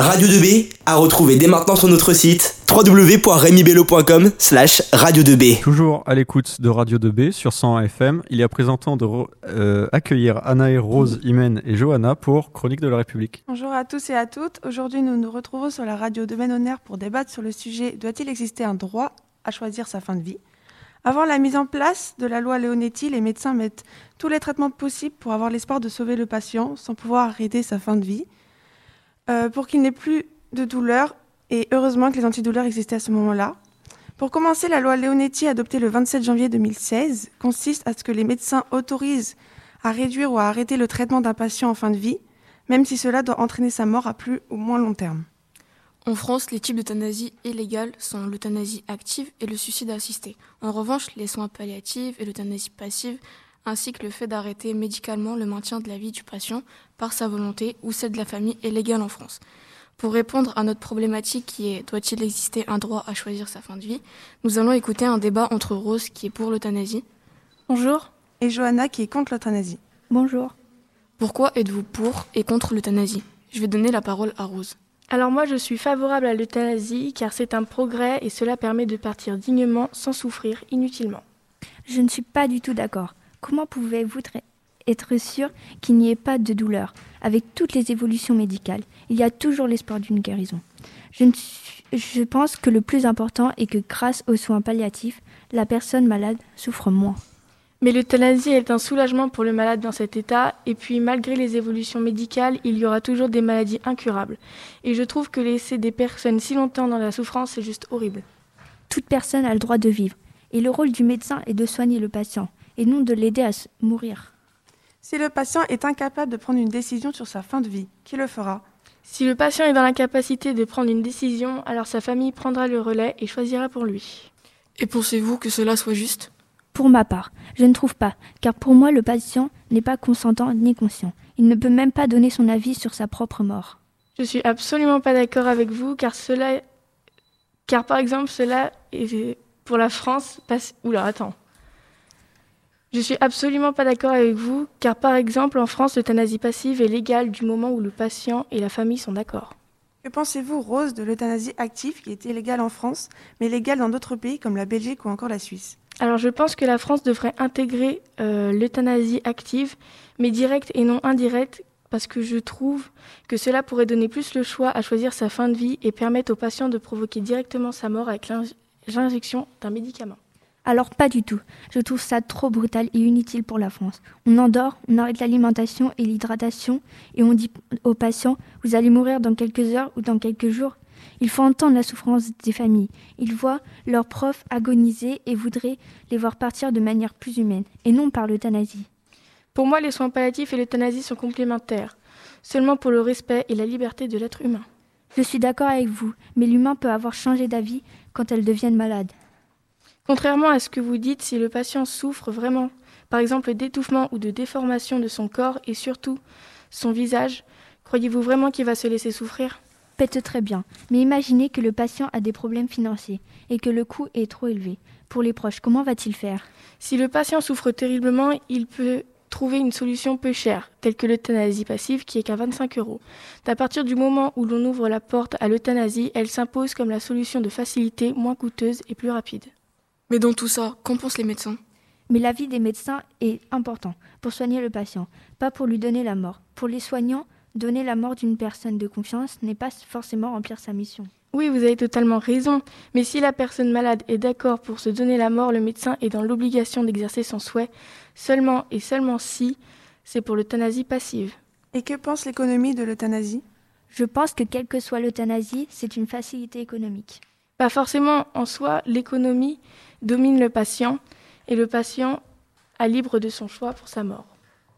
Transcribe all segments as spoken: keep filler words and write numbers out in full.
Radio deux B, à retrouver dès maintenant sur notre site w w w point rémi bello point com slash radio deux B. Toujours à l'écoute de Radio deux B sur cent un F M, il y a présent temps de re- euh, accueillir Anaë, Rose, Imen et Johanna pour Chronique de la République. Bonjour à tous et à toutes. Aujourd'hui, nous nous retrouvons sur la radio de Maine-Honner pour débattre sur le sujet « Doit-il exister un droit à choisir sa fin de vie ?» Avant la mise en place de la loi Leonetti, les médecins mettent tous les traitements possibles pour avoir l'espoir de sauver le patient sans pouvoir arrêter sa fin de vie, euh, pour qu'il n'ait plus de douleur, et heureusement que les antidouleurs existaient à ce moment-là. Pour commencer, la loi Leonetti, adoptée le vingt-sept janvier deux mille seize, consiste à ce que les médecins autorisent à réduire ou à arrêter le traitement d'un patient en fin de vie, même si cela doit entraîner sa mort à plus ou moins long terme. En France, les types d'euthanasie illégale sont l'euthanasie active et le suicide assisté. En revanche, les soins palliatifs et l'euthanasie passive, ainsi que le fait d'arrêter médicalement le maintien de la vie du patient par sa volonté ou celle de la famille est légal en France. Pour répondre à notre problématique qui est « Doit-il exister un droit à choisir sa fin de vie ?», nous allons écouter un débat entre Rose qui est pour l'euthanasie. Bonjour. Et Johanna qui est contre l'euthanasie. Bonjour. Pourquoi êtes-vous pour et contre l'euthanasie ? Je vais donner la parole à Rose. Alors moi je suis favorable à l'euthanasie car c'est un progrès et cela permet de partir dignement sans souffrir inutilement. Je ne suis pas du tout d'accord. Comment pouvez-vous tra- être sûr qu'il n'y ait pas de douleur ? Avec toutes les évolutions médicales, il y a toujours l'espoir d'une guérison. Je, ne suis, je pense que le plus important est que grâce aux soins palliatifs, la personne malade souffre moins. Mais l'euthanasie est un soulagement pour le malade dans cet état, et puis malgré les évolutions médicales, il y aura toujours des maladies incurables. Et je trouve que laisser des personnes si longtemps dans la souffrance, c'est juste horrible. Toute personne a le droit de vivre, et le rôle du médecin est de soigner le patient, et non de l'aider à mourir. Si le patient est incapable de prendre une décision sur sa fin de vie, qui le fera ? Si le patient est dans l'incapacité de prendre une décision, alors sa famille prendra le relais et choisira pour lui. Et pensez-vous que cela soit juste ? Pour ma part, je ne trouve pas, car pour moi, le patient n'est pas consentant ni conscient. Il ne peut même pas donner son avis sur sa propre mort. Je suis absolument pas d'accord avec vous, car cela, car par exemple, cela est pour la France. Passe... Oula, attends. Je suis absolument pas d'accord avec vous, car par exemple, en France, l'euthanasie passive est légale du moment où le patient et la famille sont d'accord. Que pensez-vous, Rose, de l'euthanasie active qui est illégale en France, mais légale dans d'autres pays comme la Belgique ou encore la Suisse ? Alors je pense que la France devrait intégrer euh, l'euthanasie active, mais directe et non indirecte, parce que je trouve que cela pourrait donner plus le choix à choisir sa fin de vie et permettre au patient de provoquer directement sa mort avec l'injection d'un médicament. Alors pas du tout. Je trouve ça trop brutal et inutile pour la France. On endort, on arrête l'alimentation et l'hydratation et on dit aux patients « vous allez mourir dans quelques heures ou dans quelques jours ». Il faut entendre la souffrance des familles. Ils voient leurs profs agoniser et voudraient les voir partir de manière plus humaine, et non par l'euthanasie. Pour moi, les soins palliatifs et l'euthanasie sont complémentaires, seulement pour le respect et la liberté de l'être humain. Je suis d'accord avec vous, mais l'humain peut avoir changé d'avis quand elle devient malade. Contrairement à ce que vous dites, si le patient souffre vraiment, par exemple d'étouffement ou de déformation de son corps et surtout son visage, croyez-vous vraiment qu'il va se laisser souffrir ? Peut-être très bien, mais imaginez que le patient a des problèmes financiers et que le coût est trop élevé. Pour les proches, comment va-t-il faire ? Si le patient souffre terriblement, il peut trouver une solution peu chère, telle que l'euthanasie passive qui est qu'à vingt-cinq euros. À partir du moment où l'on ouvre la porte à l'euthanasie, elle s'impose comme la solution de facilité, moins coûteuse et plus rapide. Mais dans tout ça, qu'en pensent les médecins ? Mais l'avis des médecins est important pour soigner le patient, pas pour lui donner la mort. Pour les soignants, donner la mort d'une personne de confiance n'est pas forcément remplir sa mission. Oui, vous avez totalement raison, mais si la personne malade est d'accord pour se donner la mort, le médecin est dans l'obligation d'exercer son souhait, seulement et seulement si c'est pour l'euthanasie passive. Et que pense l'économie de l'euthanasie ? Je pense que quelle que soit l'euthanasie, c'est une facilité économique. Pas forcément en soi, l'économie domine le patient et le patient a libre de son choix pour sa mort.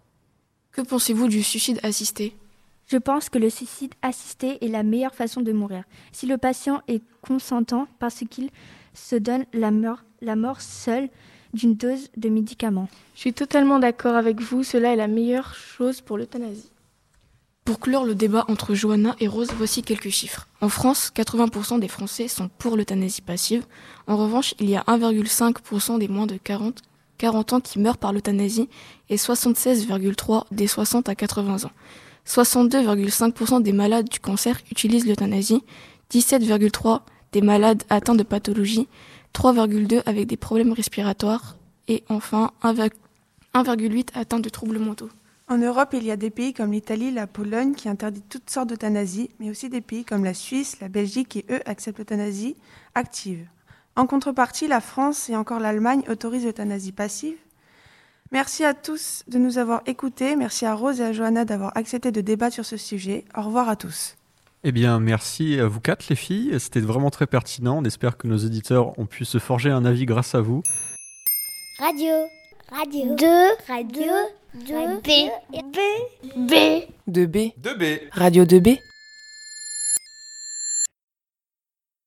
Que pensez-vous du suicide assisté ? Je pense que le suicide assisté est la meilleure façon de mourir. Si le patient est consentant parce qu'il se donne la mort, la mort seule d'une dose de médicaments. Je suis totalement d'accord avec vous, cela est la meilleure chose pour l'euthanasie. Pour clore le débat entre Johanna et Rose, voici quelques chiffres. En France, quatre-vingts pour cent des Français sont pour l'euthanasie passive. En revanche, il y a un virgule cinq pour cent des moins de quarante, quarante ans qui meurent par l'euthanasie et soixante-seize virgule trois pour cent des soixante à quatre-vingts ans. soixante-deux virgule cinq pour cent des malades du cancer utilisent l'euthanasie, dix-sept virgule trois pour cent des malades atteints de pathologies, trois virgule deux pour cent avec des problèmes respiratoires et enfin un virgule huit pour cent atteints de troubles mentaux. En Europe, il y a des pays comme l'Italie, la Pologne qui interdisent toutes sortes d'euthanasie, mais aussi des pays comme la Suisse, la Belgique qui, eux, acceptent l'euthanasie active. En contrepartie, la France et encore l'Allemagne autorisent l'euthanasie passive. Merci à tous de nous avoir écoutés. Merci à Rose et à Johanna d'avoir accepté de débattre sur ce sujet. Au revoir à tous. Eh bien, merci à vous quatre, les filles. C'était vraiment très pertinent. On espère que nos auditeurs ont pu se forger un avis grâce à vous. Radio. Radio. deux. Radio. deux. B. B. B. deux B. deux B. Radio deux B.